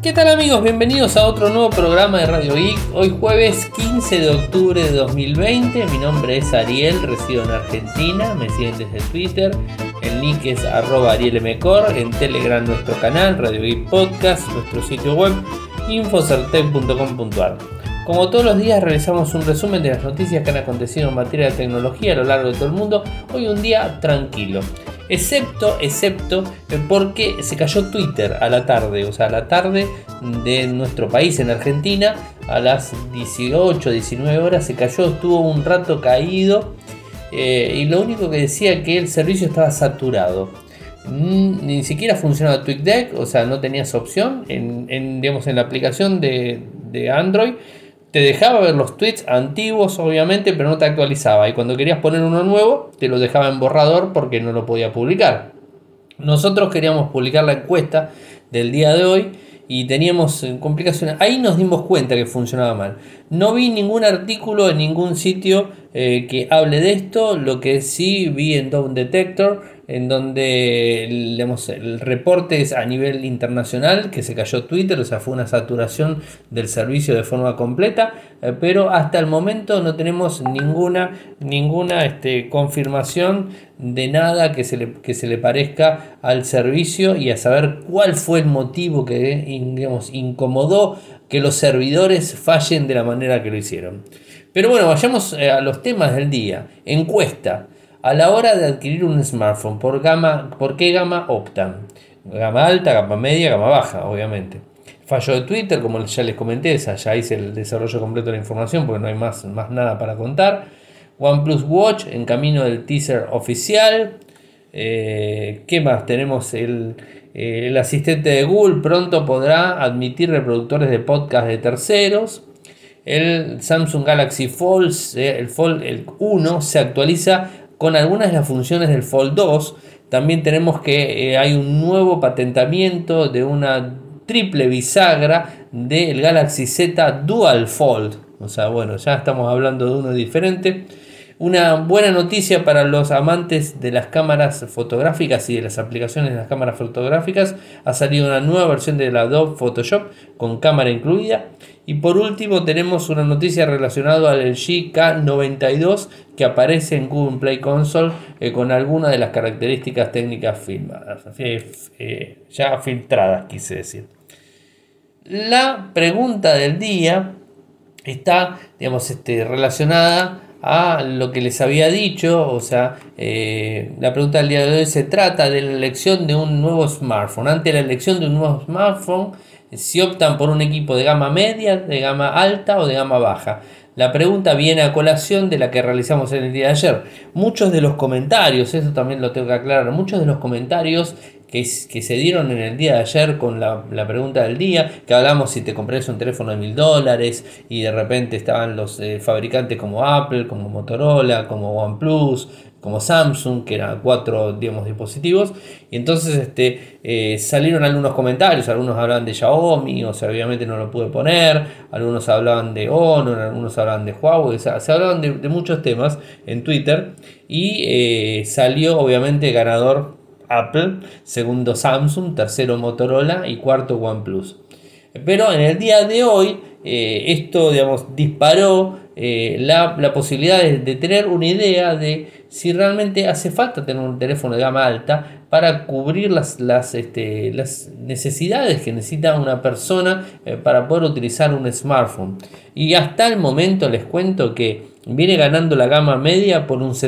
¿Qué tal amigos? Bienvenidos a otro nuevo programa de Radio Geek. Hoy jueves 15 de octubre de 2020. Mi nombre es Ariel, resido en Argentina. Me siguen desde Twitter. El link es @arielmcor. En Telegram nuestro canal, Radio Geek Podcast. Nuestro sitio web, infocertec.com.ar. Como todos los días realizamos un resumen de las noticias que han acontecido en materia de tecnología a lo largo de todo el mundo. Hoy un día tranquilo. Excepto porque se cayó Twitter a la tarde, o sea, a la tarde de nuestro país, en Argentina, a las 18, 19 horas se cayó, estuvo un rato caído y lo único que decía que el servicio estaba saturado. Ni siquiera funcionaba TweetDeck, o sea, no tenías opción en la aplicación de Android. Te dejaba ver los tweets antiguos, obviamente, pero no te actualizaba. Y cuando querías poner uno nuevo, te lo dejaba en borrador porque no lo podía publicar. Nosotros queríamos publicar la encuesta del día de hoy y teníamos complicaciones. Ahí nos dimos cuenta que funcionaba mal. No vi ningún artículo en ningún sitio que hable de esto. Lo que sí vi en Down Detector, en donde el reporte es a nivel internacional, que se cayó Twitter, o sea, fue una saturación del servicio de forma completa, pero hasta el momento no tenemos ninguna confirmación de nada que se le parezca al servicio, y a saber cuál fue el motivo que incomodó que los servidores fallen de la manera que lo hicieron. Pero bueno, vayamos a los temas del día. Encuesta. A la hora de adquirir un smartphone, ¿por qué gama optan? Gama alta, gama media, gama baja, obviamente. Fallo de Twitter, como ya les comenté, ya hice el desarrollo completo de la información porque no hay más nada para contar. OnePlus Watch en camino del teaser oficial. ¿Qué más? Tenemos el asistente de Google, pronto podrá admitir reproductores de podcast de terceros. El Samsung Galaxy Fold, el 1, se actualiza con algunas de las funciones del Fold 2. También tenemos que hay un nuevo patentamiento de una triple bisagra del Galaxy Z Dual Fold. O sea, bueno, ya estamos hablando de uno diferente. Una buena noticia para los amantes de las cámaras fotográficas y de las aplicaciones de las cámaras fotográficas. Ha salido una nueva versión de la Adobe Photoshop con cámara incluida. Y por último tenemos una noticia relacionada al LG K92 que aparece en Google Play Console con algunas de las características técnicas ya filtradas, quise decir. La pregunta del día está, relacionada a lo que les había dicho, o sea, la pregunta del día de hoy se trata de la elección de un nuevo smartphone. Ante la elección de un nuevo smartphone, si optan por un equipo de gama media, de gama alta o de gama baja. La pregunta viene a colación de la que realizamos en el día de ayer. Muchos de los comentarios, eso también lo tengo que aclarar, muchos de los comentarios que se dieron en el día de ayer con la pregunta del día, que hablamos si te compras un teléfono de $1.000 y de repente estaban los fabricantes como Apple, como Motorola, como OnePlus, como Samsung, que eran 4 dispositivos, y entonces salieron algunos comentarios. Algunos hablaban de Xiaomi, o sea, obviamente no lo pude poner, algunos hablaban de Honor, algunos hablaban de Huawei, o sea, se hablaban de muchos temas en Twitter, y salió obviamente ganador Apple, segundo Samsung, tercero Motorola y cuarto OnePlus. Pero en el día de hoy esto disparó la posibilidad de tener una idea de si realmente hace falta tener un teléfono de gama alta para cubrir las necesidades que necesita una persona para poder utilizar un smartphone. Y hasta el momento les cuento que viene ganando la gama media por un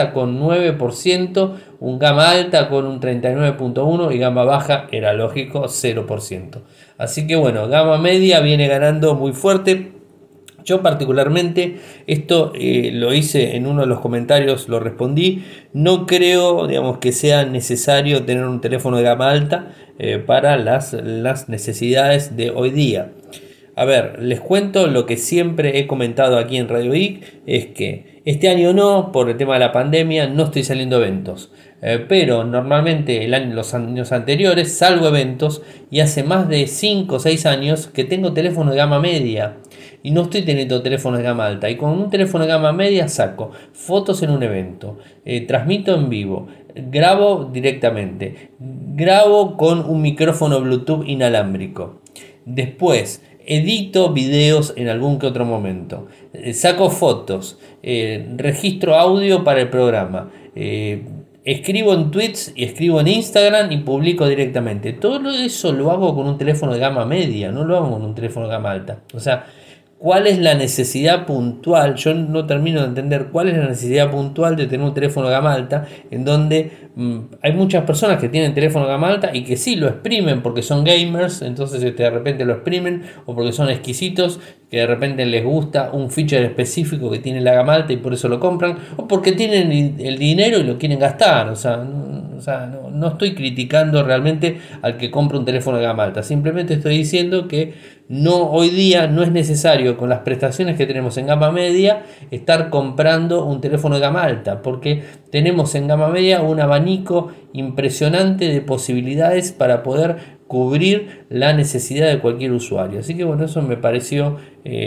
60,9%, un gama alta con un 39,1% y gama baja, era lógico, 0%. Así que bueno, gama media viene ganando muy fuerte. Yo particularmente esto lo hice en uno de los comentarios, lo respondí. No creo, que sea necesario tener un teléfono de gama alta para las necesidades de hoy día. A ver, les cuento lo que siempre he comentado aquí en Radio Geek, es que este año no, por el tema de la pandemia, no estoy saliendo a eventos. Pero normalmente los años anteriores salgo a eventos, y hace más de 5 o 6 años que tengo teléfono de gama media. Y no estoy teniendo teléfono de gama alta. Y con un teléfono de gama media saco fotos en un evento, transmito en vivo, grabo directamente, grabo con un micrófono Bluetooth inalámbrico. Después, edito videos en algún que otro momento. Saco fotos. Registro audio para el programa. Escribo en tweets y escribo en Instagram y publico directamente. Todo eso lo hago con un teléfono de gama media, no lo hago con un teléfono de gama alta. O sea, ¿cuál es la necesidad puntual? Yo no termino de entender cuál es la necesidad puntual de tener un teléfono de gama alta en donde hay muchas personas que tienen teléfono de gama alta y que sí lo exprimen porque son gamers, entonces de repente lo exprimen, o porque son exquisitos, que de repente les gusta un feature específico que tiene la gama alta y por eso lo compran, o porque tienen el dinero y lo quieren gastar. O sea, no estoy criticando realmente al que compra un teléfono de gama alta, simplemente estoy diciendo que hoy día no es necesario, con las prestaciones que tenemos en gama media, estar comprando un teléfono de gama alta, porque tenemos en gama media un abanico impresionante de posibilidades para poder cubrir la necesidad de cualquier usuario. Así que bueno, eso me pareció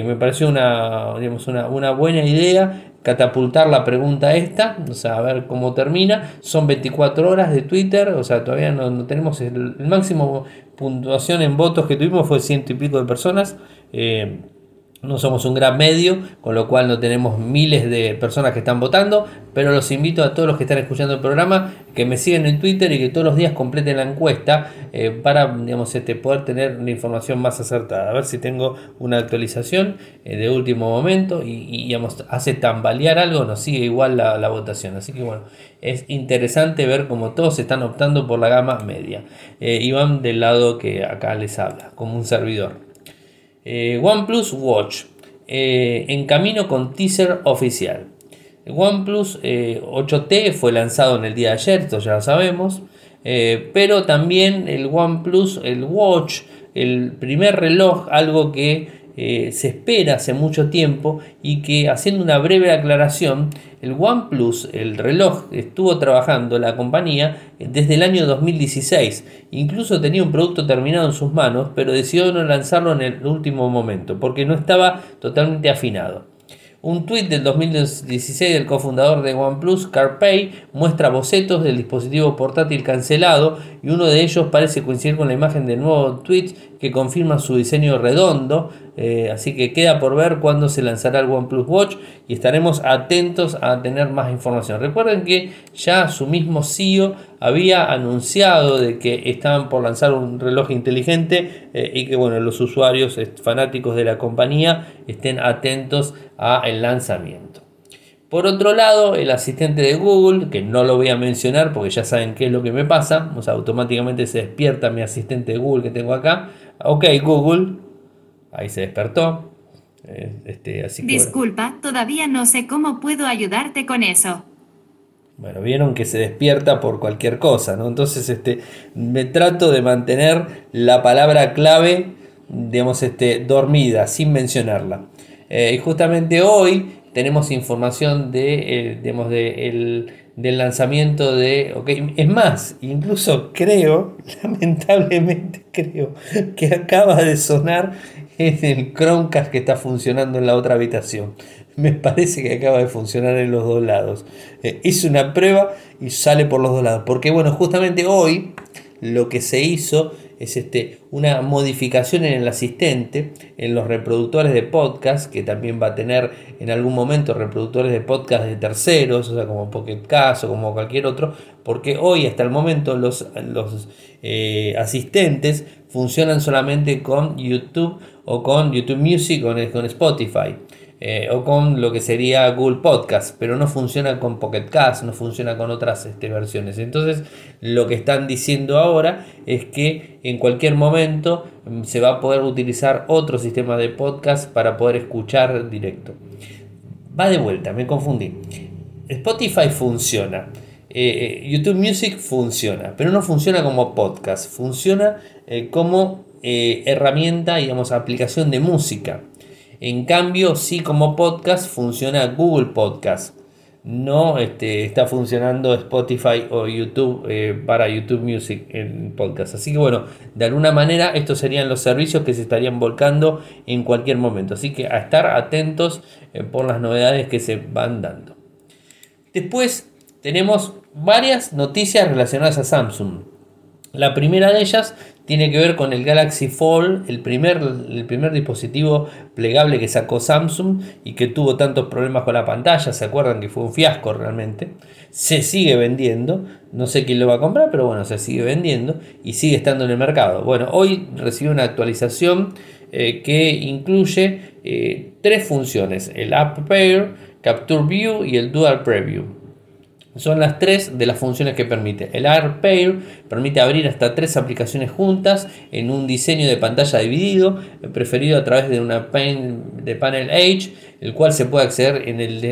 una buena idea, catapultar la pregunta esta, o sea, a ver cómo termina. Son 24 horas de Twitter, o sea, todavía no tenemos el máximo puntuación en votos que tuvimos fue 100 y pico de personas. No somos un gran medio, con lo cual no tenemos miles de personas que están votando, pero los invito a todos los que están escuchando el programa que me sigan en Twitter y que todos los días completen la encuesta para poder tener la información más acertada. A ver si tengo una actualización de último momento y hace tambalear algo, nos sigue igual la votación. Así que bueno, es interesante ver cómo todos están optando por la gama media y van del lado que acá les habla, como un servidor. OnePlus Watch en camino con teaser oficial. El OnePlus 8T fue lanzado en el día de ayer, esto ya lo sabemos, pero también el OnePlus, el Watch, el primer reloj, algo que se espera hace mucho tiempo y que, haciendo una breve aclaración, el OnePlus, el reloj, estuvo trabajando la compañía desde el año 2016. Incluso tenía un producto terminado en sus manos, pero decidió no lanzarlo en el último momento porque no estaba totalmente afinado. Un tuit del 2016 del cofundador de OnePlus, Carl Pei, muestra bocetos del dispositivo portátil cancelado y uno de ellos parece coincidir con la imagen del nuevo tweet que confirma su diseño redondo. Así que queda por ver cuándo se lanzará el OnePlus Watch y estaremos atentos a tener más información. Recuerden que ya su mismo CEO había anunciado de que estaban por lanzar un reloj inteligente y que bueno, los usuarios fanáticos de la compañía estén atentos al lanzamiento. Por otro lado, el asistente de Google, que no lo voy a mencionar porque ya saben qué es lo que me pasa, o sea, automáticamente se despierta mi asistente de Google que tengo acá. Ok, Google, ahí se despertó. Así que, disculpa, bueno, todavía no sé cómo puedo ayudarte con eso. Bueno, vieron que se despierta por cualquier cosa, ¿no? Entonces, me trato de mantener la palabra clave, digamos, dormida, sin mencionarla. Y justamente hoy tenemos información del lanzamiento de... Okay, es más, incluso lamentablemente creo, que acaba de sonar en el Chromecast que está funcionando en la otra habitación. Me parece que acaba de funcionar en los dos lados. Hice una prueba y sale por los dos lados. Porque bueno, justamente hoy lo que se hizo es una modificación en el asistente, en los reproductores de podcast, que también va a tener en algún momento reproductores de podcast de terceros, o sea, como Pocket Cast o como cualquier otro, porque hoy hasta el momento los asistentes funcionan solamente con YouTube o con YouTube Music o con Spotify. O con lo que sería Google Podcast, pero no funciona con Pocket Cast, no funciona con otras versiones. Entonces, lo que están diciendo ahora es que en cualquier momento se va a poder utilizar otro sistema de podcast para poder escuchar directo. Va de vuelta, me confundí. Spotify funciona, YouTube Music funciona, pero no funciona como podcast, funciona como herramienta, digamos, aplicación de música. En cambio, sí, como podcast funciona Google Podcast. No está funcionando Spotify o YouTube para YouTube Music en podcast. Así que bueno, de alguna manera estos serían los servicios que se estarían volcando en cualquier momento. Así que a estar atentos por las novedades que se van dando. Después tenemos varias noticias relacionadas a Samsung. La primera de ellas tiene que ver con el Galaxy Fold, el primer dispositivo plegable que sacó Samsung y que tuvo tantos problemas con la pantalla. ¿Se acuerdan que fue un fiasco realmente? Se sigue vendiendo, no sé quién lo va a comprar, pero bueno, se sigue vendiendo y sigue estando en el mercado. Bueno, hoy recibió una actualización que incluye 3 funciones: el App Pair, Capture View y el Dual Preview. Son las 3 de las funciones que permite. El App Pair permite abrir hasta 3 aplicaciones juntas en un diseño de pantalla dividido, preferido a través de una de Panel Edge, el cual se puede acceder en el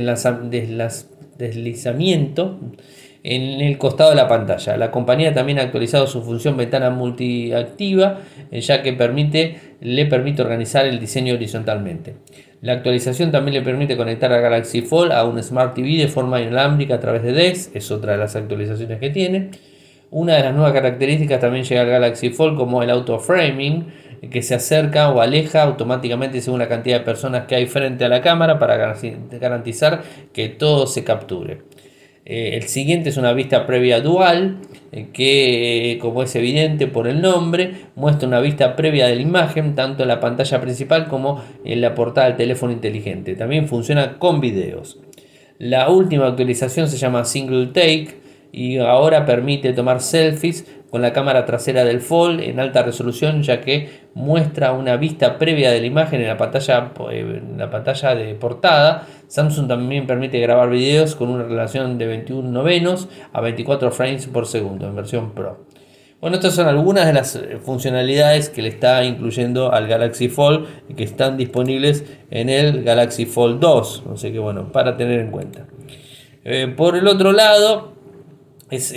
deslizamiento en el costado de la pantalla. La compañía también ha actualizado su función ventana multiactiva, ya que le permite organizar el diseño horizontalmente. La actualización también le permite conectar a Galaxy Fold a un Smart TV de forma inalámbrica a través de DeX, es otra de las actualizaciones que tiene. Una de las nuevas características también llega al Galaxy Fold, como el auto framing, que se acerca o aleja automáticamente según la cantidad de personas que hay frente a la cámara para garantizar que todo se capture. El siguiente es una vista previa dual, que como es evidente por el nombre, muestra una vista previa de la imagen tanto en la pantalla principal como en la portada del teléfono inteligente. También funciona con videos. La última actualización se llama Single Take y ahora permite tomar selfies con la cámara trasera del Fold en alta resolución, ya que muestra una vista previa de la imagen en la pantalla de portada. Samsung también permite grabar videos con una relación de 21 novenos a 24 frames por segundo en versión Pro. Bueno, estas son algunas de las funcionalidades que le está incluyendo al Galaxy Fold y que están disponibles en el Galaxy Fold 2. Así que bueno, para tener en cuenta. Por el otro lado, es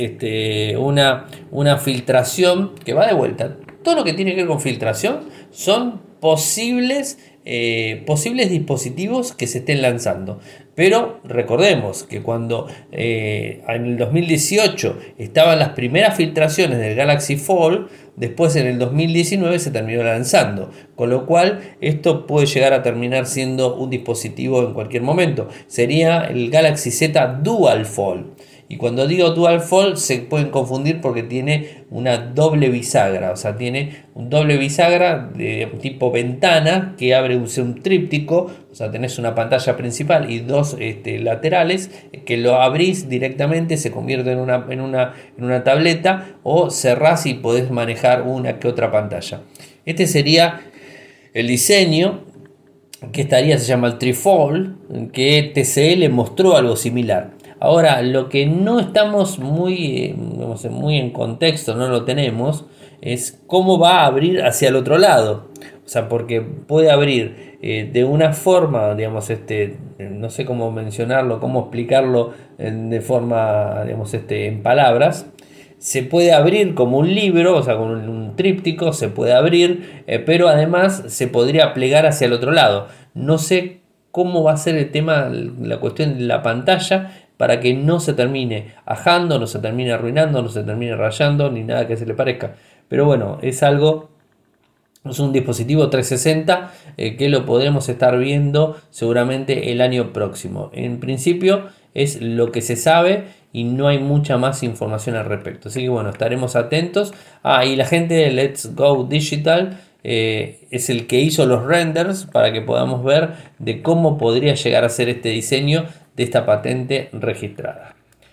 una filtración que va de vuelta. Todo lo que tiene que ver con filtración son posibles dispositivos que se estén lanzando. Pero recordemos que cuando en el 2018 estaban las primeras filtraciones del Galaxy Fold, después en el 2019 se terminó lanzando, con lo cual esto puede llegar a terminar siendo un dispositivo en cualquier momento. Sería el Galaxy Z Dual Fold. Y cuando digo Dual Fold se pueden confundir porque tiene una doble bisagra, o sea, tiene un doble bisagra de tipo ventana que abre un tríptico, o sea, tenés una pantalla principal y 2 laterales que lo abrís directamente, se convierte en una tableta, o cerrás y podés manejar una que otra pantalla. Este sería el diseño que se llama el Trifold, que TCL mostró algo similar. Ahora, lo que no estamos muy en contexto, no lo tenemos, es cómo va a abrir hacia el otro lado. O sea, porque puede abrir de una forma, no sé cómo mencionarlo, cómo explicarlo de forma, en palabras. Se puede abrir como un libro, o sea, con un tríptico se puede abrir, pero además se podría plegar hacia el otro lado. No sé cómo va a ser el tema, la cuestión de la pantalla, para que no se termine ajando, no se termine arruinando, no se termine rayando, ni nada que se le parezca. Pero bueno, es un dispositivo 360 que lo podremos estar viendo seguramente el año próximo. En principio es lo que se sabe y no hay mucha más información al respecto. Así que bueno, estaremos atentos. Y la gente de Let's Go Digital es el que hizo los renders para que podamos ver de cómo podría llegar a ser este diseño de esta patente registrada.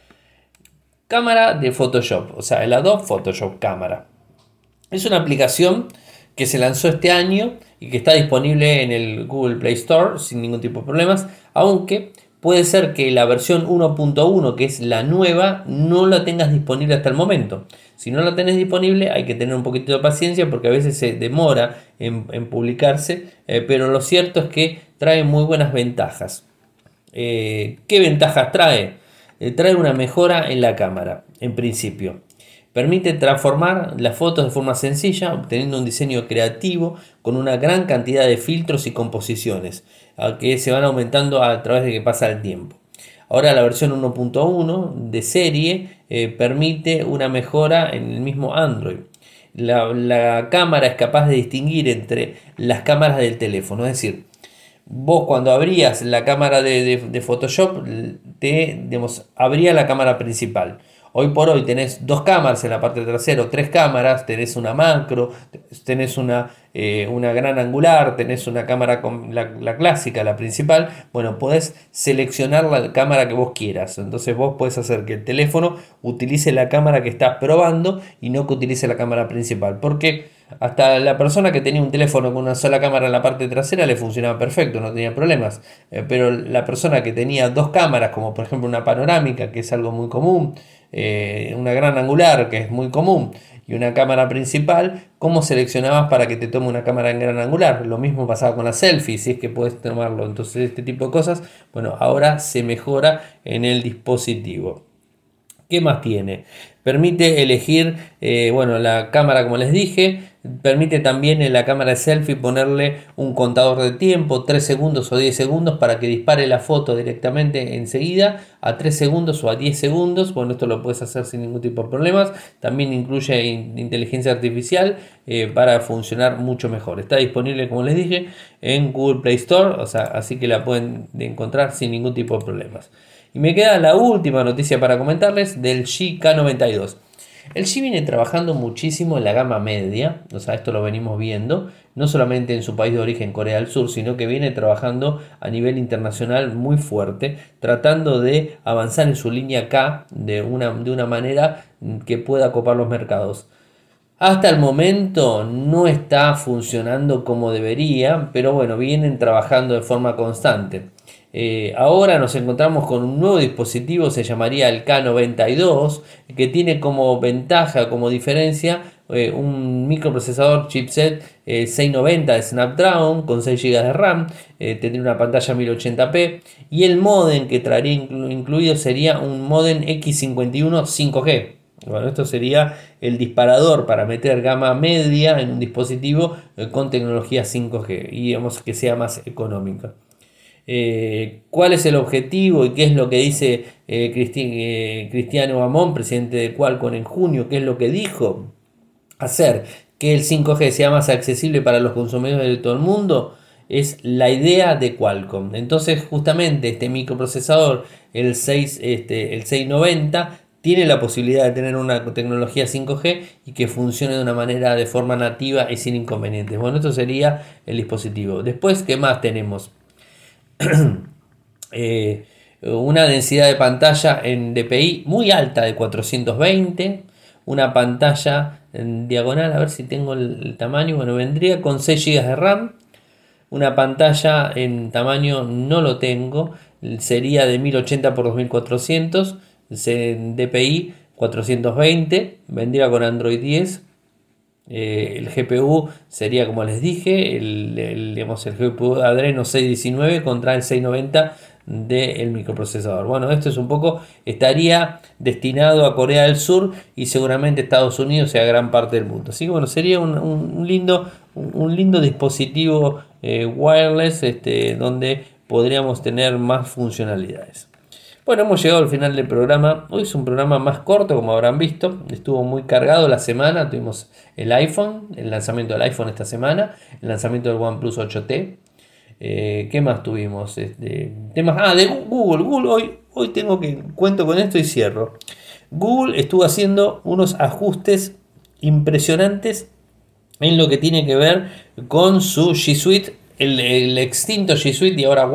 Cámara de Photoshop, o sea, el Adobe Photoshop Cámara. Es una aplicación que se lanzó este año y que está disponible en el Google Play Store sin ningún tipo de problemas, aunque puede ser que la versión 1.1, que es la nueva, no la tengas disponible hasta el momento. Si no la tenés disponible, hay que tener un poquito de paciencia porque a veces se demora en publicarse, pero lo cierto es que trae muy buenas ventajas. ¿Qué ventajas trae? Trae una mejora en la cámara, en principio. Permite transformar las fotos de forma sencilla, obteniendo un diseño creativo con una gran cantidad de filtros y composiciones, que se van aumentando a través de que pasa el tiempo. Ahora la versión 1.1 de serie permite una mejora en el mismo Android. La cámara es capaz de distinguir entre las cámaras del teléfono, es decir, vos cuando abrías la cámara de Photoshop, abría la cámara principal. Hoy por hoy tenés dos cámaras en la parte trasera, tres cámaras, tenés una macro, tenés una gran angular, tenés una cámara con la clásica, la principal. Bueno, podés seleccionar la cámara que vos quieras. Entonces vos podés hacer que el teléfono utilice la cámara que estás probando y no que utilice la cámara principal. Porque hasta la persona que tenía un teléfono con una sola cámara en la parte trasera le funcionaba perfecto, no tenía problemas. Pero la persona que tenía dos cámaras, como por ejemplo una panorámica, que es algo muy común, una gran angular, que es muy común, y una cámara principal, ¿cómo seleccionabas para que te tome una cámara en gran angular? Lo mismo pasaba con la selfie, si es que puedes tomarlo. Entonces este tipo de cosas, bueno, ahora se mejora en el dispositivo. ¿Qué más tiene? Permite elegir, bueno, la cámara, como les dije. Permite también en la cámara de selfie ponerle un contador de tiempo, 3 segundos o 10 segundos, para que dispare la foto directamente enseguida a 3 segundos o a 10 segundos. Bueno, esto lo puedes hacer sin ningún tipo de problemas. También incluye inteligencia artificial para funcionar mucho mejor. Está disponible, como les dije, en Google Play Store, o sea, así que la pueden encontrar sin ningún tipo de problemas. Y me queda la última noticia para comentarles del LG K92. El LG viene trabajando muchísimo en la gama media, o sea, esto lo venimos viendo, no solamente en su país de origen, Corea del Sur, sino que viene trabajando a nivel internacional muy fuerte, tratando de avanzar en su línea K de una manera que pueda copar los mercados. Hasta el momento no está funcionando como debería, pero bueno, vienen trabajando de forma constante. Ahora nos encontramos con un nuevo dispositivo, se llamaría el K92, que tiene como ventaja, como diferencia, un microprocesador chipset 690 de Snapdragon con 6 GB de RAM, tendría una pantalla 1080p y el modem que traería incluido sería un modem X51 5G. Bueno, esto sería el disparador para meter gama media en un dispositivo con tecnología 5G y digamos que sea más económica. ¿Cuál es el objetivo y qué es lo que dice Cristiano Amon, presidente de Qualcomm, en junio? ¿Qué es lo que dijo? Hacer que el 5G sea más accesible para los consumidores de todo el mundo es la idea de Qualcomm. Entonces justamente este microprocesador, el 690, tiene la posibilidad de tener una tecnología 5G y que funcione de una manera de forma nativa y sin inconvenientes. Bueno, esto sería el dispositivo. Después, ¿qué más tenemos? Una densidad de pantalla en DPI muy alta de 420, una pantalla en diagonal, a ver si tengo el tamaño, bueno, vendría con 6 GB de RAM, una pantalla en tamaño no lo tengo, sería de 1080 x 2400, en DPI 420, vendría con Android 10. El GPU sería, como les dije, digamos, el GPU Adreno 619 contra el 690 del microprocesador. Bueno, esto es un poco, estaría destinado a Corea del Sur y seguramente Estados Unidos y a gran parte del mundo. Así que bueno, sería un lindo dispositivo wireless, donde podríamos tener más funcionalidades. Bueno, hemos llegado al final del programa. Hoy es un programa más corto, como habrán visto. Estuvo muy cargado la semana. Tuvimos el iPhone, el lanzamiento del iPhone esta semana, el lanzamiento del OnePlus 8T. ¿Qué más tuvimos? Temas de Google. Google, hoy cuento con esto y cierro. Google estuvo haciendo unos ajustes impresionantes en lo que tiene que ver con su G Suite, el extinto G Suite y ahora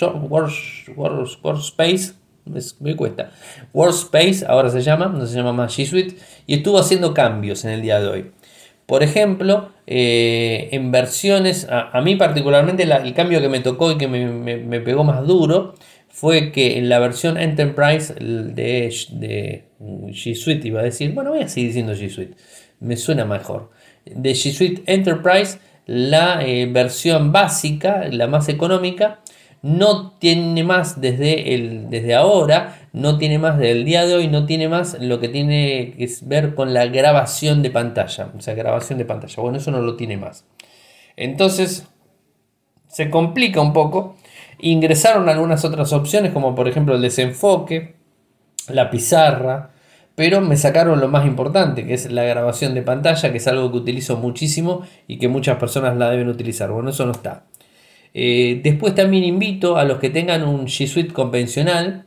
Workspace. Me cuesta. Workspace ahora se llama, no se llama más G Suite, y estuvo haciendo cambios en el día de hoy. Por ejemplo, en versiones, a mí particularmente el cambio que me tocó y que me pegó más duro fue que en la versión Enterprise de G Suite, iba a decir, bueno, voy a seguir diciendo G Suite, me suena mejor. De G Suite Enterprise, la versión básica, la más económica, no tiene más desde ahora, no tiene más del día de hoy, no tiene más lo que tiene que ver con la grabación de pantalla. O sea, grabación de pantalla. Bueno, eso no lo tiene más. Entonces, se complica un poco. Ingresaron algunas otras opciones, como por ejemplo el desenfoque, la pizarra, pero me sacaron lo más importante, que es la grabación de pantalla, que es algo que utilizo muchísimo y que muchas personas la deben utilizar. Bueno, eso no está. Después también invito a los que tengan un G Suite convencional,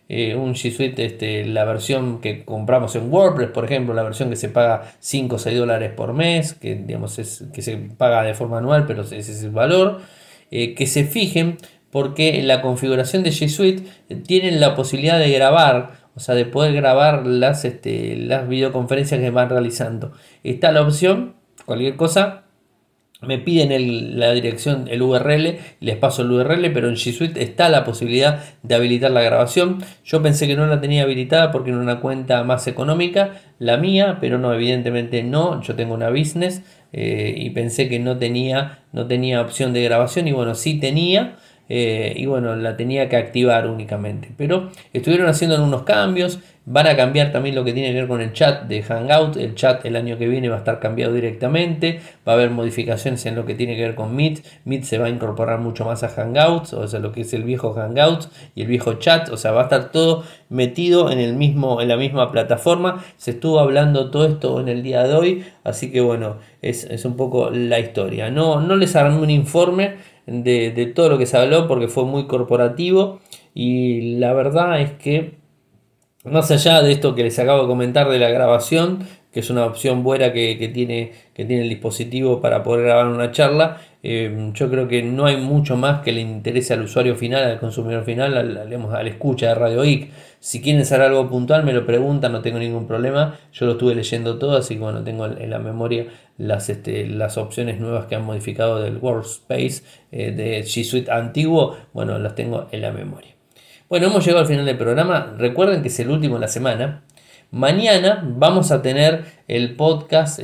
un G Suite, la versión que compramos en WordPress, por ejemplo, la versión que se paga $5 o $6 por mes, que digamos que se paga de forma anual, pero ese es el valor. Que se fijen porque la configuración de G Suite tienen la posibilidad de grabar, o sea, de poder grabar las videoconferencias que van realizando. Está la opción, cualquier cosa. Me piden la dirección, el URL, les paso el URL, pero en G Suite está la posibilidad de habilitar la grabación. Yo pensé que no la tenía habilitada porque era una cuenta más económica, la mía, pero no, evidentemente no. Yo tengo una business y pensé que no tenía opción de grabación, y bueno, sí tenía. Y bueno, la tenía que activar únicamente, pero estuvieron haciendo unos cambios. Van a cambiar también lo que tiene que ver con el chat de Hangout. El chat el año que viene va a estar cambiado directamente. Va a haber modificaciones en lo que tiene que ver con Meet. Meet se va a incorporar mucho más a Hangouts, o sea, lo que es el viejo Hangouts y el viejo chat. O sea, va a estar todo metido en la misma plataforma. Se estuvo hablando todo esto en el día de hoy, así que bueno, es un poco la historia. No les armé un informe de todo lo que se habló porque fue muy corporativo, y la verdad es que más allá de esto que les acabo de comentar de la grabación, que es una opción buena que tiene el dispositivo para poder grabar una charla, yo creo que no hay mucho más que le interese al usuario final, al consumidor final, al escucha de Radio Geek. Si quieren saber algo puntual me lo preguntan, no tengo ningún problema. Yo lo estuve leyendo todo, así que bueno, tengo en la memoria las opciones nuevas que han modificado del Workspace de G Suite antiguo. Bueno, las tengo en la memoria. Bueno, hemos llegado al final del programa. Recuerden que es el último de la semana. Mañana vamos a tener el podcast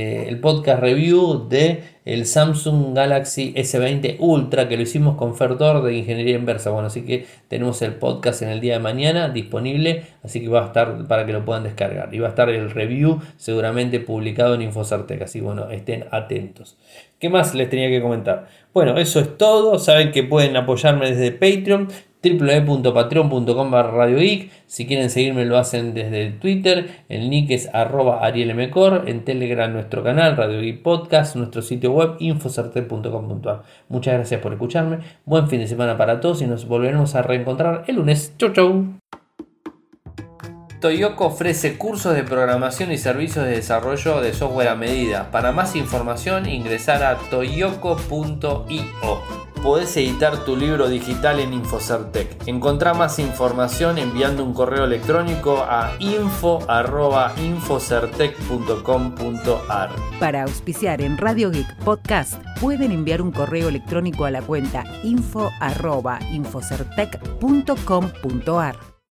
review de el Samsung Galaxy S20 Ultra, que lo hicimos con Ferdor de Ingeniería Inversa. Bueno, así que tenemos el podcast en el día de mañana disponible, así que va a estar para que lo puedan descargar. Y va a estar el review seguramente publicado en Infocertec, así que bueno, estén atentos. ¿Qué más les tenía que comentar? Bueno, eso es todo. Saben que pueden apoyarme desde Patreon, www.patreon.com/radiogeek. Si quieren seguirme lo hacen desde Twitter, el nick es @arielmcor, en Telegram nuestro canal Radio Geek Podcast, nuestro sitio web infocertec.com.ar. Muchas gracias por escucharme, buen fin de semana para todos y nos volveremos a reencontrar el lunes. Chau chau. Toyoko ofrece cursos de programación y servicios de desarrollo de software a medida. Para más información ingresar a toyoko.io. Podés editar tu libro digital en Infocertec. Encontrá más información enviando un correo electrónico a info@infocertec.com.ar. Para auspiciar en Radio Geek Podcast pueden enviar un correo electrónico a la cuenta info@infocertec.com.ar.